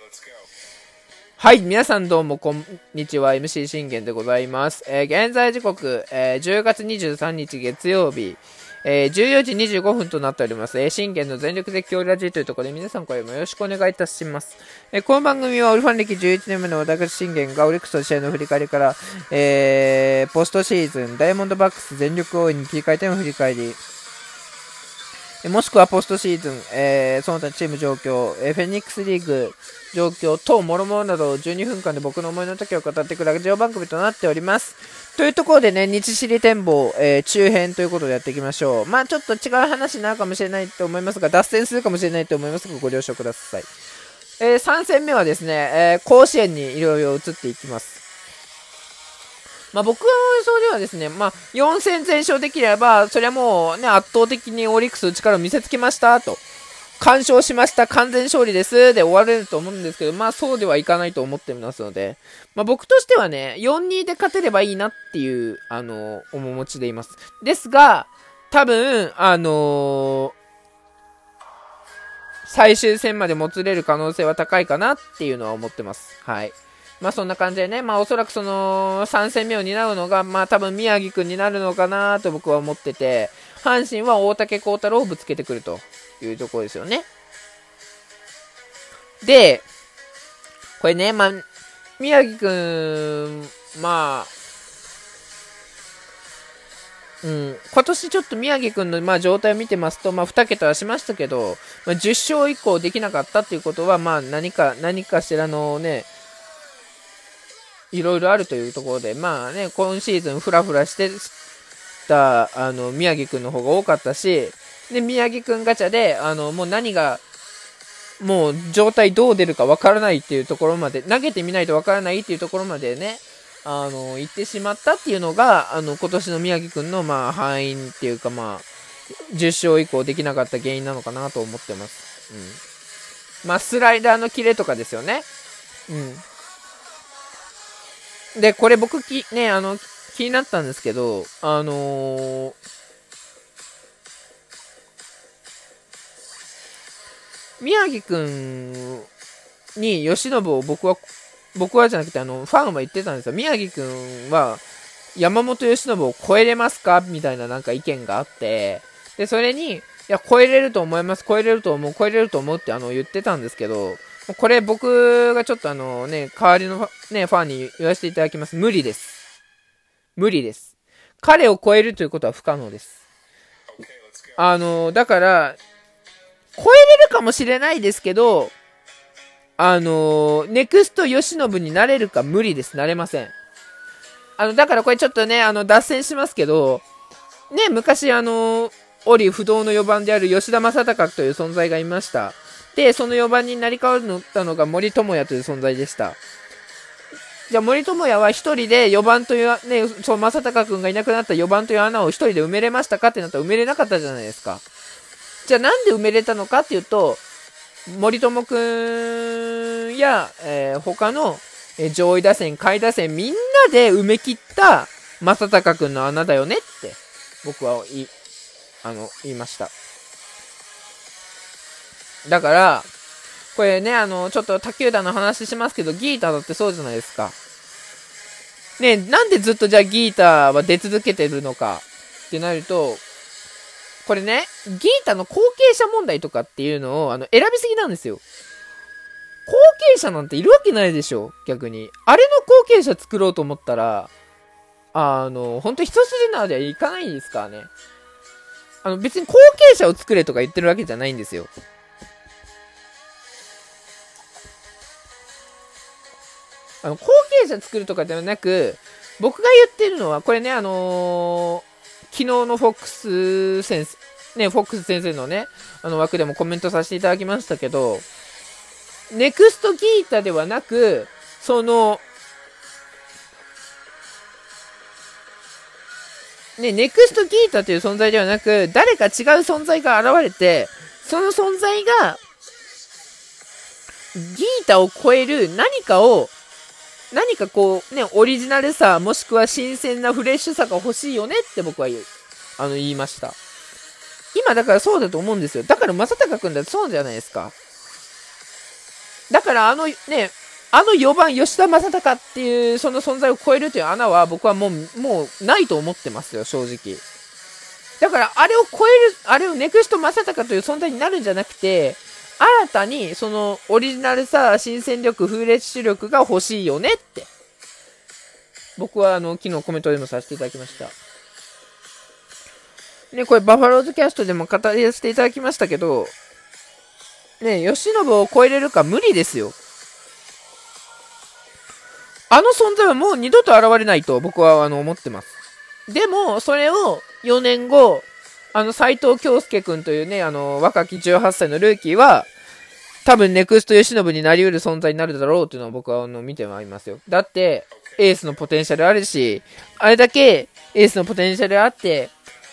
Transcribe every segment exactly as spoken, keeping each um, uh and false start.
はい、皆さんどうもこんにちは、エムシー 信玄でございます。えー、現在時刻、えー、じゅうがつにじゅうさんにち月曜日、えー、じゅうよじにじゅうごふんとなっております。えー、信玄の全力絶叫ラジオというところで皆さんこれもよろしくお願いいたします。えー、この番組はオルファン歴じゅういちねんめの私信玄がオリックスの試合の振り返りから、えー、ポストシーズン、ダイヤモンドバックス全力応援に切り替えての振り返り、もしくはポストシーズン、えー、その他チーム状況、えー、フェニックスリーグ状況等もろもろなどじゅうにふんかんで僕の思いの時を語っていくラジオ番組となっております。というところでね、日知り展望、えー、中編ということでやっていきましょう。まあちょっと違う話になるかもしれないと思いますが、脱線するかもしれないと思いますが、ご了承ください。えー、さん戦目はですね、えー、甲子園にいろいろ移っていきます。まあ、僕はそれはですね、まあ、よん戦全勝できれば、それはもうね、圧倒的にオリックスの力を見せつけましたと、完勝しました、完全勝利ですで終われると思うんですけど、まあそうではいかないと思ってますので、まあ僕としてはね、よんたいにで勝てればいいなっていう、あの、面持ちでいます。ですが、多分、あのー、最終戦までもつれる可能性は高いかなっていうのは思ってます。はい。まあそんな感じでね、まあおそらくそのさん戦目を担うのが、まあ多分宮城くんになるのかなと僕は思ってて、阪神は大竹幸太郎をぶつけてくるというところですよね。で、これね、まあ、宮城くん、まあ、うん、今年ちょっと宮城くんの、まあ、状態を見てますと、まあ、に桁はしましたけど、まあ、じゅっ勝以降できなかったっていうことは、まあ、何か、何かしらのね、いろいろあるというところで、まあね、今シーズンフラフラしてた、あの、宮城くんの方が多かったし、で、宮城くんガチャで、あの、もう何が、もう状態どう出るかわからないっていうところまで、投げてみないとわからないっていうところまでね、あの、行ってしまったっていうのが、あの、今年の宮城くんの、まあ、敗因っていうか、まあ、じゅっ勝以降できなかった原因なのかなと思ってます。うん。まあ、スライダーのキレとかですよね。うん。で、これ僕き、ね、あの、気になったんですけど、あのー、宮城くんに由伸を僕は、僕はじゃなくてあの、ファンは言ってたんですよ。宮城くんは山本由伸を超えれますかみたいななんか意見があって、で、それに、いや、超えれると思います、超えれると思う、超えれると思うってあの言ってたんですけど、これ僕がちょっとあのね、代わりのね、ファンに言わせていただきます。無理です。無理です。彼を超えるということは不可能です。あの、だから、超えれるかもしれないですけど、あのー、ネクスト吉信になれるか無理です。なれません。あの、だからこれちょっとね、あの、脱線しますけど、ね、昔あのー、オリ不動のよばんである吉田正尚という存在がいました。で、そのよばんになり変わったのが森友哉という存在でした。じゃあ森友哉は一人でよばんという、ね、そう、正尚くんがいなくなったよばんという穴を一人で埋めれましたかってなったら埋めれなかったじゃないですか。じゃあなんで埋めれたのかっていうと、森友くんや、えー、他の、えー、上位打線、下位打線みんなで埋め切った正尚くんの穴だよねって僕はいあの言いました。だからこれね、あのちょっと他球団の話しますけど、ギータだってそうじゃないですか。ね、なんでずっとじゃあギータは出続けてるのかってなると、これね、ギータの後継者問題とかっていうのをあの選びすぎなんですよ。後継者なんているわけないでしょ、逆に。あれの後継者作ろうと思ったら、あの、本当一筋縄ではいかないですからね。あの、別に後継者を作れとか言ってるわけじゃないんですよ。あの、後継者作るとかではなく、僕が言ってるのは、これね、あのー、昨日のフォックス先生、ね、フォックス先生のね、あの枠でもコメントさせていただきましたけど、ネクストギータではなく、その、ね、ネクストギータという存在ではなく、誰か違う存在が現れて、その存在が、ギータを超える何かを、何かこう、ね、オリジナルさ、もしくは新鮮なフレッシュさが欲しいよねって僕は言う、あの、言いました。今だからそうだと思うんですよ。だから正尚くんだってそうじゃないですか。 だからあのね、あのよばん吉田正尚っていうその存在を超えるという穴は僕はもう、もうないと思ってますよ、正直。だからあれを超える、あれをネクスト正尚という存在になるんじゃなくて、新たにそのオリジナルさ、新戦力、フレッシュ力が欲しいよねって。僕はあの、昨日コメントでもさせていただきました。ね、これバファローズキャストでも語りさせていただきましたけど、ね、吉信を超えれるか無理ですよ。あの存在はもう二度と現れないと僕はあの思ってます。でも、それをよねんご、あの、斎藤京介くんというね、あの、若きじゅうはっさいのルーキーは、多分ネクスト吉信になり得る存在になるだろうというのを僕はあの見てまいりますよ。だって、エースのポテンシャルあるし、あれだけエースのポテンシャルあって、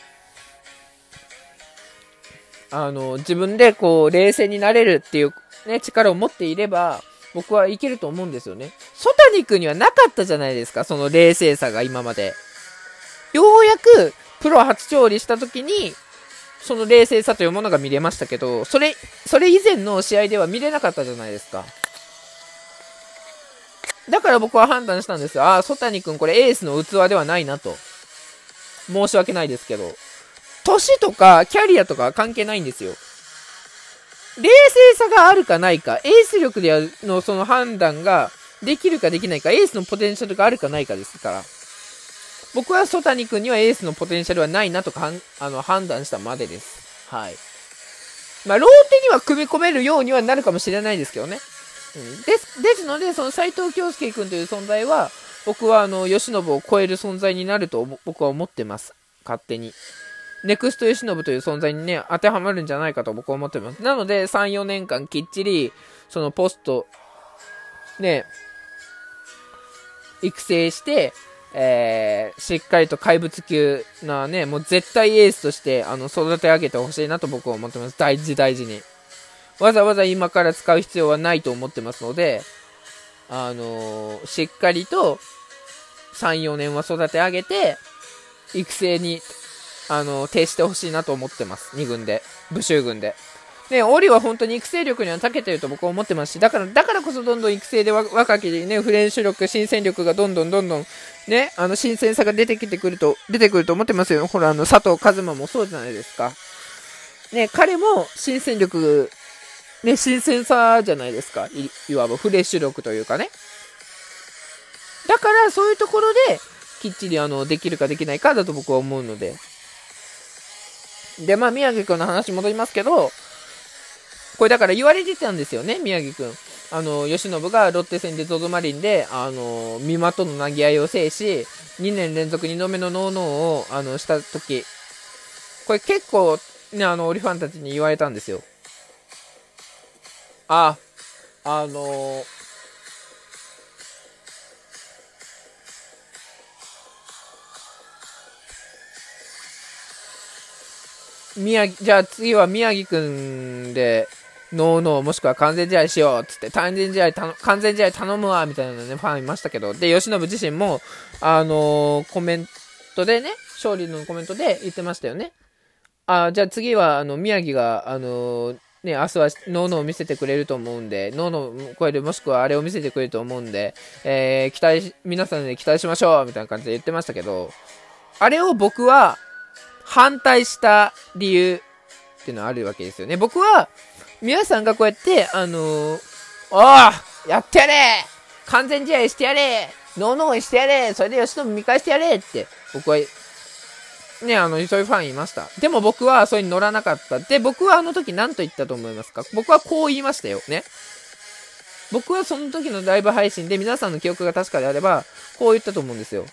あの、自分でこう、冷静になれるっていうね、力を持っていれば、僕はいけると思うんですよね。ソタニ君にはなかったじゃないですか、その冷静さが今まで。ようやく、プロ初勝利した時に、その冷静さというものが見れましたけど、それ、それ以前の試合では見れなかったじゃないですか。だから僕は判断したんですよ。ああ、ソタニ君これエースの器ではないなと。申し訳ないですけど。年とかキャリアとか関係ないんですよ。冷静さがあるかないか、エース力でのその判断ができるかできないか、エースのポテンシャルがあるかないかですから。僕はソタニ君にはエースのポテンシャルはないなとかんあの判断したまでです。はい。まあ、ローテには組み込めるようにはなるかもしれないですけどね。うん、です、ですので、その斎藤京介君という存在は、僕はあの、吉信を超える存在になると僕は思ってます。勝手に。ネクスト吉信という存在にね、当てはまるんじゃないかと僕は思ってます。なので、さん、よねんかんきっちり、そのポスト、ね、育成して、えー、しっかりと怪物級なね、もう絶対エースとして、あの、育て上げてほしいなと僕は思ってます。大事大事に。わざわざ今から使う必要はないと思ってますので、あのー、しっかりと、さん、よねんは育て上げて、育成に、あのー、徹してほしいなと思ってます。に軍で。武州軍で。ね、オリは本当に育成力には長けてると僕は思ってますし、だから、だからこそどんどん育成で若きね、フレッシュ力、新戦力がどんどんどんどん、ね、あの、新鮮さが出てきてくると、出てくると思ってますよ。ほら、あの、佐藤一馬もそうじゃないですか。ね、彼も新戦力、ね、新鮮さじゃないですか。い、いわばフレッシュ力というかね。だから、そういうところで、きっちりあの、できるかできないかだと僕は思うので。で、まあ、宮城くんの話戻りますけど、これだから言われてたんですよね、宮城くん。あの、吉信がロッテ戦で ゾゾ マリンで、あの、美馬との投げ合いを制し、にねん連続にどめのノーノーを、あの、したとき、これ結構、ね、あの、オリファンたちに言われたんですよ。あ、あの宮城、じゃあ次は宮城くんで、ノーノーもしくは完全試合しようっつって、完全試合たの、完全試合頼むわみたいなね、ファンいましたけど、で、吉信自身も、あのー、コメントでね、勝利のコメントで言ってましたよね。あ、じゃあ次は、あの、宮城が、あのー、ね、明日はノーノーを見せてくれると思うんで、ノーノーを超える、もしくはあれを見せてくれると思うんで、えー、期待、皆さんで期待しましょうみたいな感じで言ってましたけど、あれを僕は、反対した理由っていうのはあるわけですよね。僕は、皆さんがこうやって、あのー、おーやってやれ完全試合してやれノーノーしてやれそれで吉野見返してやれって、僕は、ね、あの、そういうファンいました。でも僕はそれに乗らなかった。で、僕はあの時何と言ったと思いますか？僕はこう言いましたよ。ね。僕はその時のライブ配信で皆さんの記憶が確かであれば、こう言ったと思うんですよ。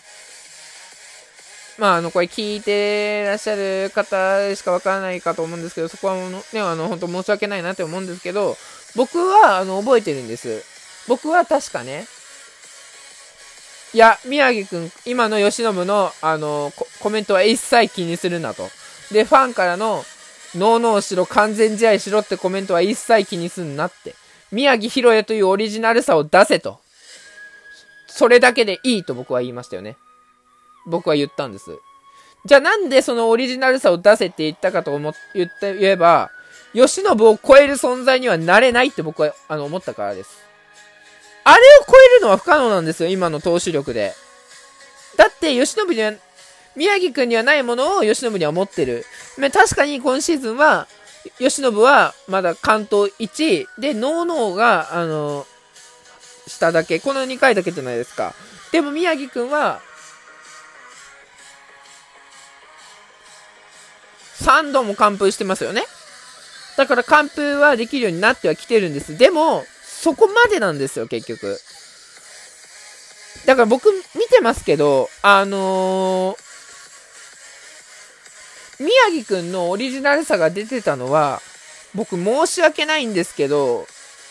まあ、あの、これ聞いてらっしゃる方しかわからないかと思うんですけど、そこはね、あの、本当申し訳ないなって思うんですけど、僕は、あの、覚えてるんです。僕は確かね、いや、宮城くん、今の吉信の、あのコ、コメントは一切気にするなと。で、ファンからの、ノーノーしろ、完全試合しろってコメントは一切気にすんなって。宮城博也というオリジナルさを出せと。それだけでいいと僕は言いましたよね。僕は言ったんです。じゃあなんでそのオリジナルさを出せって言ったかと思っ言って言えば、 慶喜を超える存在にはなれないって僕はあの思ったからです。あれを超えるのは不可能なんですよ、今の投手力で。だって慶喜には、宮城くんにはないものを慶喜には持ってる。確かに今シーズンは慶喜はまだ関東いちいで、ノーノーがあの下だけ、このにかいだけじゃないですか。でも宮城くんはさんども完封してますよね。だから完封はできるようになってはきてるんです。でもそこまでなんですよ、結局。だから僕見てますけど、あのー、宮城くんのオリジナルさが出てたのは、僕申し訳ないんですけど、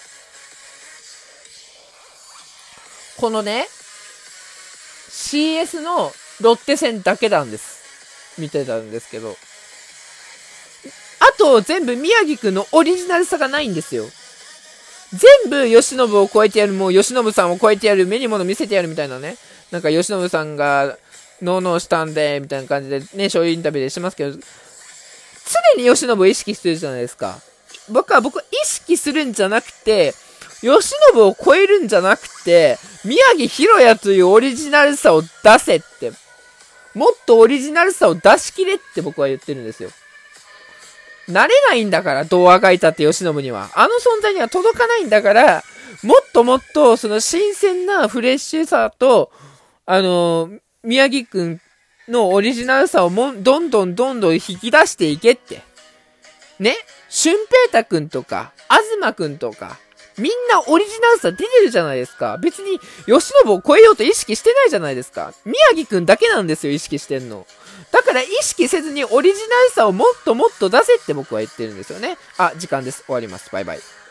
このね、シーエス のロッテ戦だけなんです。見てたんですけど。あと全部宮城くんのオリジナルさがないんですよ。全部慶喜を超えてやる、もう慶喜さんを超えてやる、目に物見せてやるみたいなね。なんか慶喜さんがノーノーしたんで、みたいな感じでね、そういうインタビューでしてますけど、常に慶喜を意識してるじゃないですか。僕は僕は意識するんじゃなくて、慶喜を超えるんじゃなくて、宮城博也というオリジナルさを出せって、もっとオリジナルさを出し切れって僕は言ってるんですよ。なれないんだから、どうあがいたって慶喜には。あの存在には届かないんだから、もっともっとその新鮮なフレッシュさと、あのー、宮城くんのオリジナルさをもどんどんどんどん引き出していけって。ね、俊平太くんとか、東くんとか、みんなオリジナルさ出てるじゃないですか。別に慶喜を超えようと意識してないじゃないですか。宮城くんだけなんですよ、意識してんの。だから意識せずにオリジナルさをもっともっと出せって僕は言ってるんですよね。あ、時間です。終わります。バイバイ。